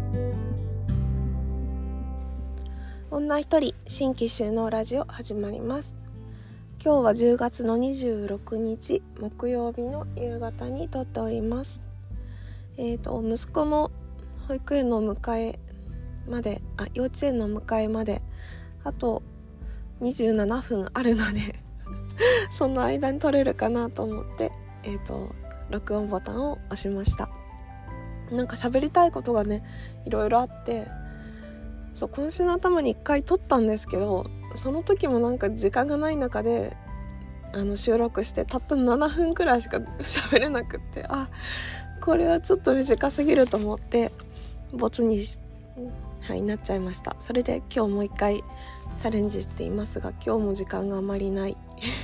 女一人新規収納ラジオ始まります。今日は10月の26日木曜日の夕方に撮っております。息子の保育園の迎えまで幼稚園の迎えまであと27分あるのでその間に撮れるかなと思って録音ボタンを押しました。なんか喋りたいことがねいろいろあって、今週の頭に1回撮ったんですけど、その時もなんか時間がない中で収録してたった7分くらいしか喋れなくって、これはちょっと短すぎると思ってボツになっちゃいました。それで今日もう1回チャレンジしていますが、今日も時間があまりない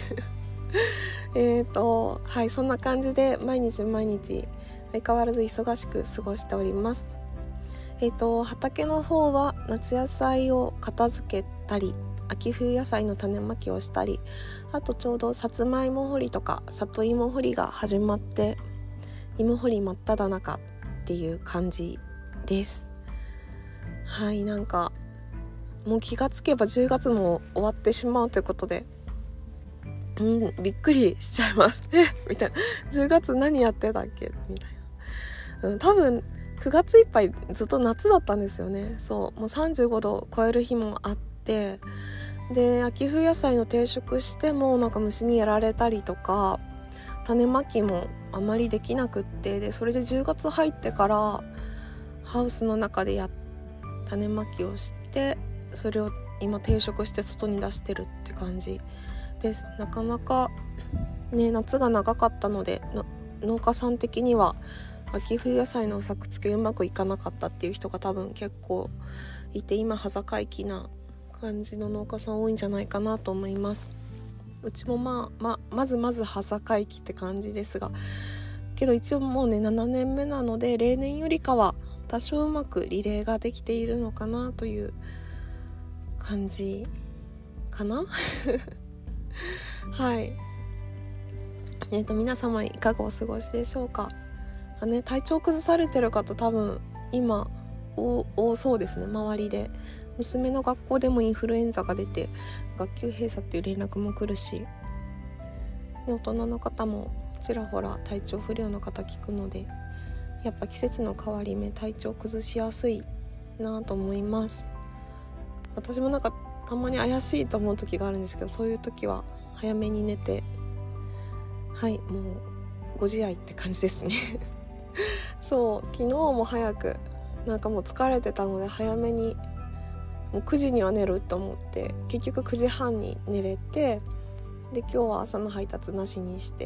そんな感じで毎日相変わらず忙しく過ごしております。畑の方は夏野菜を片付けたり秋冬野菜の種まきをしたり、あとちょうどさつまいも掘りとか里芋掘りが始まって芋掘り真っ只中っていう感じです。なんかもう気がつけば10月も終わってしまうということでびっくりしちゃいますみたいな、10月何やってたっけみたいな、多分9月いっぱいずっと夏だったんですよね。もう35度を超える日もあって、で秋冬野菜の定食してもなんか虫にやられたりとか種まきもあまりできなくって、でそれで10月入ってからハウスの中で種まきをして、それを今定食して外に出してるって感じです。なかなかね夏が長かったので農家さん的には秋冬野菜の作付けうまくいかなかったっていう人が多分結構いて、今端境期な感じの農家さん多いんじゃないかなと思います。うちもまず端境期って感じですが、けど一応もうね7年目なので例年よりかは多少うまくリレーができているのかなという感じかな皆様いかがお過ごしでしょうか。体調崩されてる方多分今多そうですね。周りで娘の学校でもインフルエンザが出て学級閉鎖っていう連絡も来るし、大人の方もちらほら体調不良の方聞くので、やっぱ季節の変わり目体調崩しやすいなと思います。私もなんかたまに怪しいと思う時があるんですけど、そういう時は早めに寝てもうご自愛って感じですね昨日も早くなんかもう疲れてたので早めにもう9時には寝ると思って結局9時半に寝れて、で今日は朝の配達なしにして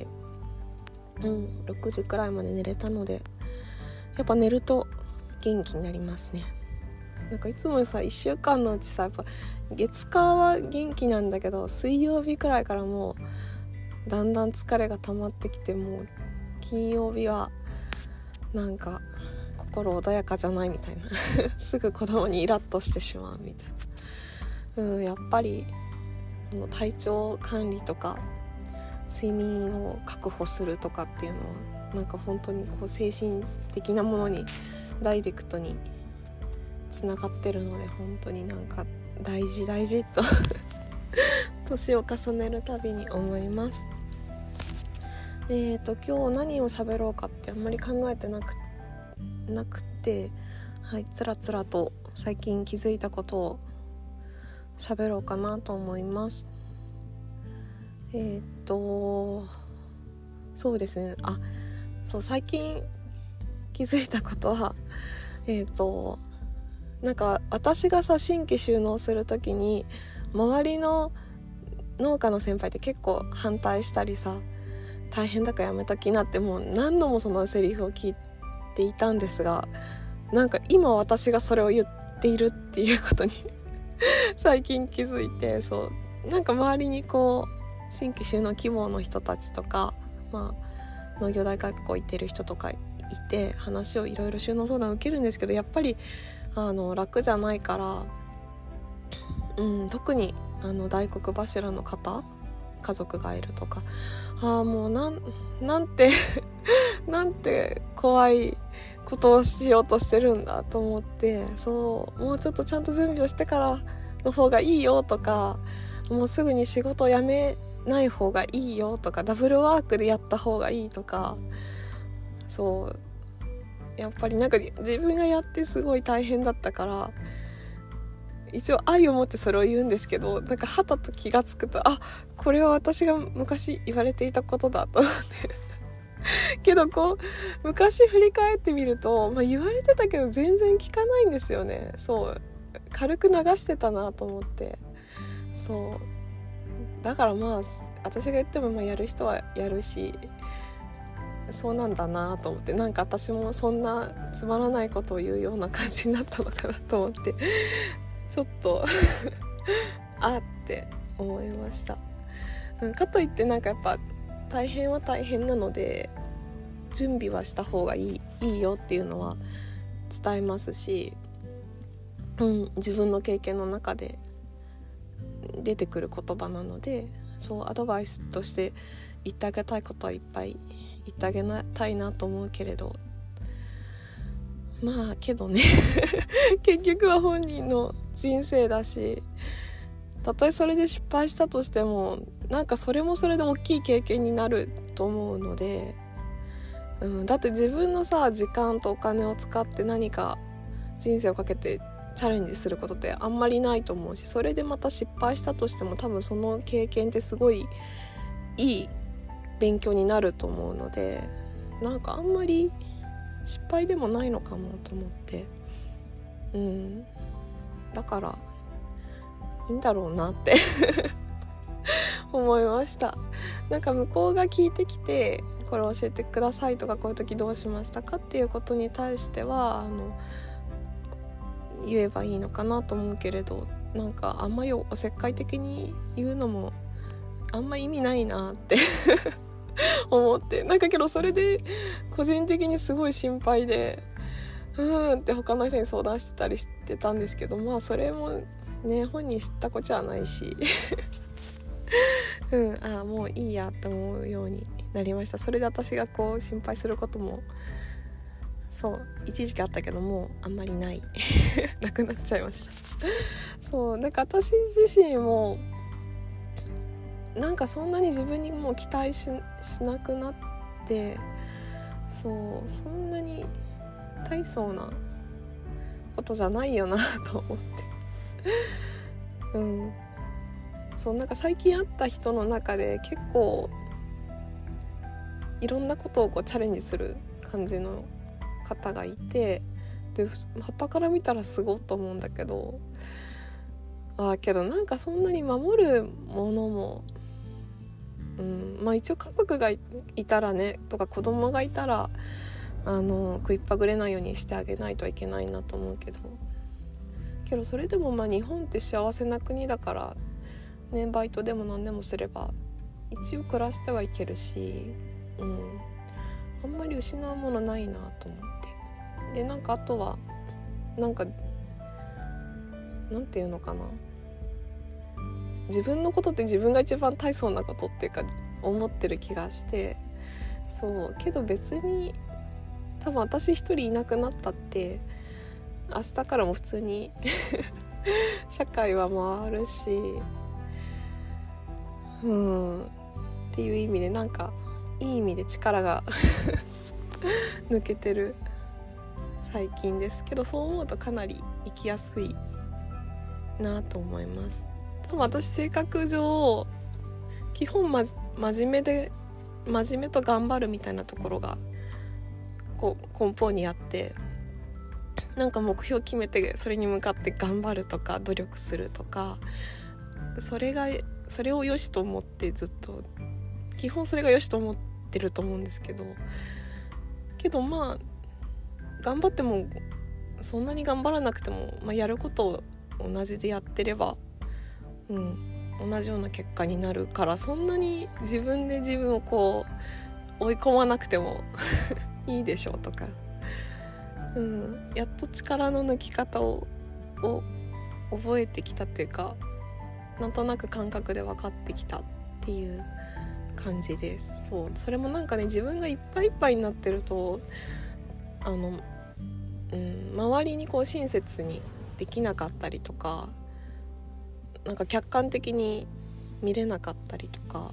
6時くらいまで寝れたので、やっぱ寝ると元気になりますね。なんかいつも1週間のうちやっぱ月火は元気なんだけど、水曜日くらいからもうだんだん疲れが溜まってきて、もう金曜日はなんか心穏やかじゃないみたいなすぐ子供にイラッとしてしまうみたいな、やっぱり体調管理とか睡眠を確保するとかっていうのはなんか本当に精神的なものにダイレクトにつながってるので、本当になんか大事と年を重ねるたびに思います。今日何を喋ろうかってあんまり考えてなくて、つらつらと最近気づいたことを喋ろうかなと思います。そうですね。最近気づいたことはなんか私が新規収納するときに周りの農家の先輩って結構反対したり大変だからやめときなってもう何度もそのセリフを聞いていたんですが、なんか今私がそれを言っているっていうことに最近気づいて、なんか周りに新規収納希望の人たちとか、農業大学校行ってる人とかいて話をいろいろ収納相談を受けるんですけど、やっぱり楽じゃないから、特に大黒柱の家族がいるとか、もうなんてなんて怖いことをしようとしてるんだと思って、そうもうちょっとちゃんと準備をしてからの方がいいよとか、もうすぐに仕事を辞めない方がいいよとか、ダブルワークでやった方がいいとか、そうやっぱりなんか自分がやってすごい大変だったから、一応愛を持ってそれを言うんですけど、なんかはたと気がつくと、あ、これは私が昔言われていたことだと思ってけどこう昔振り返ってみると、言われてたけど全然聞かないんですよね。そう軽く流してたなと思って、そうだから私が言ってもやる人はやるし、そうなんだなと思って、なんか私もそんなつまらないことを言うような感じになったのかなと思ってちょっとあって思いました。かといってなんかやっぱ大変は大変なので、準備はした方がいいよっていうのは伝えますし、自分の経験の中で出てくる言葉なので、そうアドバイスとして言ってあげたいことはいっぱい言ってあげたいなと思うけれど、けどね結局は本人の人生だし、たとえそれで失敗したとしてもなんかそれもそれで大きい経験になると思うので、だって自分の時間とお金を使って何か人生をかけてチャレンジすることってあんまりないと思うし、それでまた失敗したとしても多分その経験ってすごいいい勉強になると思うので、なんかあんまり失敗でもないのかもと思って、だからいいんだろうなって思いました。なんか向こうが聞いてきて、これ教えてくださいとか、こういう時どうしましたかっていうことに対しては言えばいいのかなと思うけれど、なんかあんまりおせっかい的に言うのもあんま意味ないなって思って、なんかけどそれで個人的にすごい心配でって他の人に相談してたりしてたんですけど、それもね本人知ったこっちゃないしもういいやって思うようになりました。それで私がこう心配することも一時期あったけどもあんまりないなくなっちゃいました。なんか私自身もなんかそんなに自分にもう期待 しなくなって、そんなに大層なことじゃないよなと思ってなんか最近会った人の中で結構いろんなことをこうチャレンジする感じの方がいて、で傍から見たらすごいと思うんだけど、けどなんかそんなに守るものも一応家族がいたらねとか子供がいたら食いっぱぐれないようにしてあげないといけないなと思うけどそれでも日本って幸せな国だからね、バイトでも何でもすれば一応暮らしてはいけるし、あんまり失うものないなと思って、でなんかあとはなんかなんていうのかな、自分のことって自分が一番大層なことっていうか思ってる気がして、けど別に多分私一人いなくなったって明日からも普通に社会は回るし、っていう意味でなんかいい意味で力が抜けてる最近ですけど、そう思うとかなり生きやすいなと思います。多分私性格上基本真面目と頑張るみたいなところがこう根本にあって、なんか目標決めてそれに向かって頑張るとか努力するとか、それを良しと思ってずっと基本それが良しと思ってると思うんですけど頑張ってもそんなに頑張らなくても、やることを同じでやってれば同じような結果になるから、そんなに自分で自分をこう追い込まなくてもいいでしょうとか、やっと力の抜き方を覚えてきたっていうか、なんとなく感覚で分かってきたっていう感じです。そう、それもなんかね、自分がいっぱいいっぱいになってると周りにこう親切にできなかったりとか、なんか客観的に見れなかったりとか、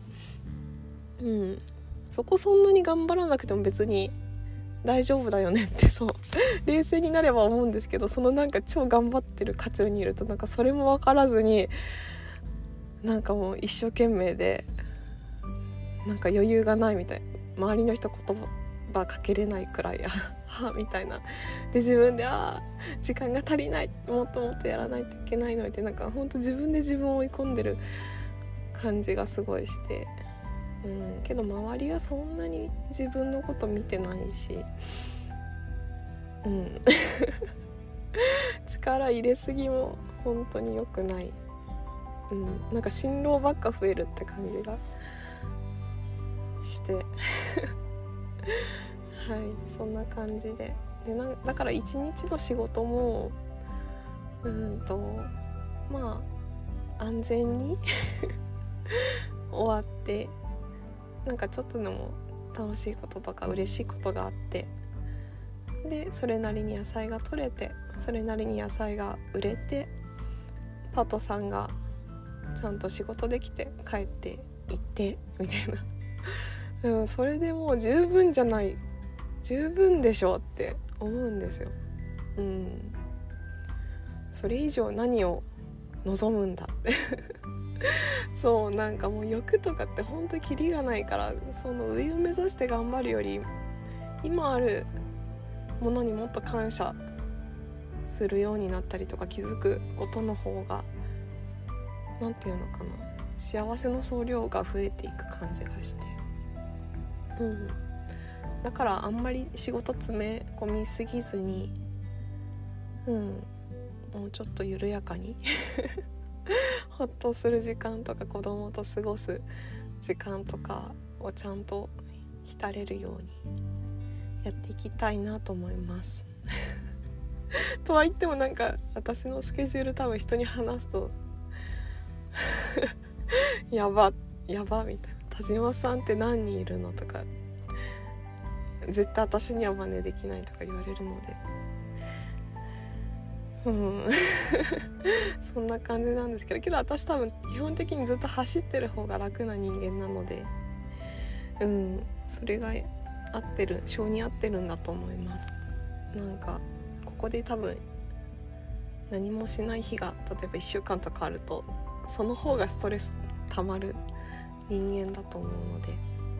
そこそんなに頑張らなくても別に大丈夫だよねってそう冷静になれば思うんですけど、そのなんか超頑張ってる渦中にいるとなんかそれも分からずに、なんかもう一生懸命でなんか余裕がないみたい、周りの人言葉かけれないくらいはみたいなで、自分で時間が足りない、もっともっとやらないといけないのに、なんか本当自分で自分を追い込んでる感じがすごいして、けど周りはそんなに自分のこと見てないし、力入れすぎも本当に良くない、なんか辛労ばっか増えるって感じがしてはい、そんな感じでだから一日の仕事もまあ安全に終わって、なんかちょっとでも楽しいこととか嬉しいことがあって、でそれなりに野菜が取れて、それなりに野菜が売れて、パートさんがちゃんと仕事できて帰って行ってみたいなそれでもう十分じゃない、十分でしょって思うんですよ。それ以上何を望むんだってそう、なんかもう欲とかって本当にキリがないから、その上を目指して頑張るより今あるものにもっと感謝するようになったりとか気づくことの方が、なんていうのかな、幸せの総量が増えていく感じがして、だからあんまり仕事詰め込みすぎずに、もうちょっと緩やかにほっとする時間とか子供と過ごす時間とかをちゃんと浸れるようにやっていきたいなと思いますとは言ってもなんか私のスケジュール多分人に話すとやばみたいな、田島さんって何人いるのとか絶対私には真似できないとか言われるのでそんな感じなんですけど私多分基本的にずっと走ってる方が楽な人間なので、それが合ってる、性に合ってるんだと思います。なんかここで多分何もしない日が例えば1週間とかあると、その方がストレス溜まる人間だと思うので、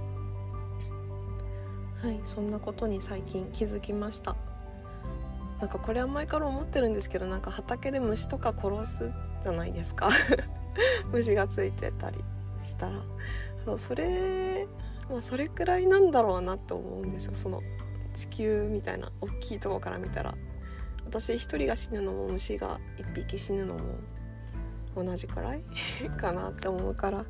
そんなことに最近気づきました。なんかこれは前から思ってるんですけど、なんか畑で虫とか殺すじゃないですか虫がついてたりしたら、それくらいなんだろうなって思うんですよ。その地球みたいな大きいところから見たら、私一人が死ぬのも虫が一匹死ぬのも同じくらいかなって思うから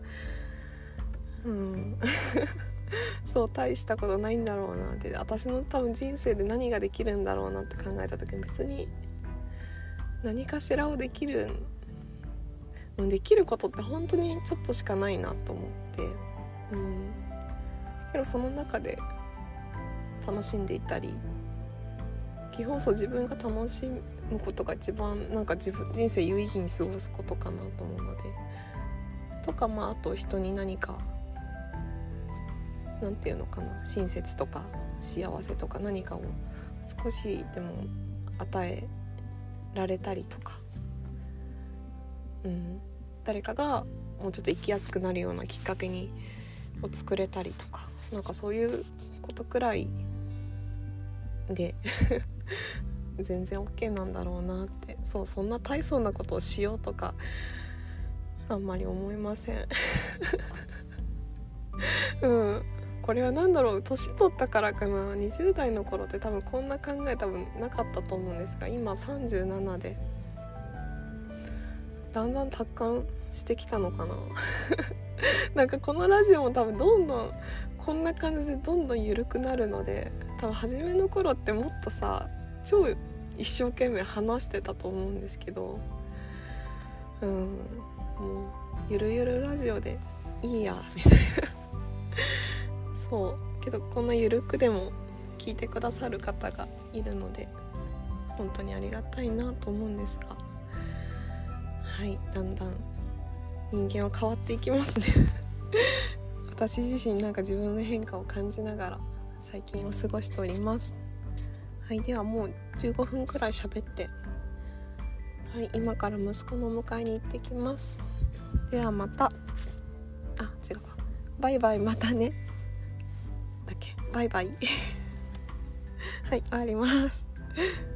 そう大したことないんだろうなって、私の多分人生で何ができるんだろうなって考えた時に、別に何かしらをできることって本当にちょっとしかないなと思って、けどその中で楽しんでいたり、基本自分が楽しむことが一番なんか人生有意義に過ごすことかなと思うので、とかあと人に何かなんていうのかな、親切とか幸せとか何かを少しでも与えられたりとか、誰かがもうちょっと生きやすくなるようなきっかけを作れたりとか、なんかそういうことくらいで全然 OK なんだろうなって、そんな大層なことをしようとかあんまり思いませんこれは何だろう、年取ったからかな。20代の頃って多分こんな考え多分なかったと思うんですが、今37でだんだん達観してきたのかななんかこのラジオも多分どんどんこんな感じでどんどん緩くなるので、多分初めの頃ってもっと超一生懸命話してたと思うんですけど、もうゆるゆるラジオでいいやみたいなそうけどこんなゆるくでも聞いてくださる方がいるので本当にありがたいなと思うんですが、はい、だんだん人間は変わっていきますね私自身なんか自分の変化を感じながら最近を過ごしております。はい、ではもう15分くらい喋って、はい、今から息子の迎えに行ってきます。ではまた、違うわ、バイバイ、またねだっけ、バイバイはい、終わります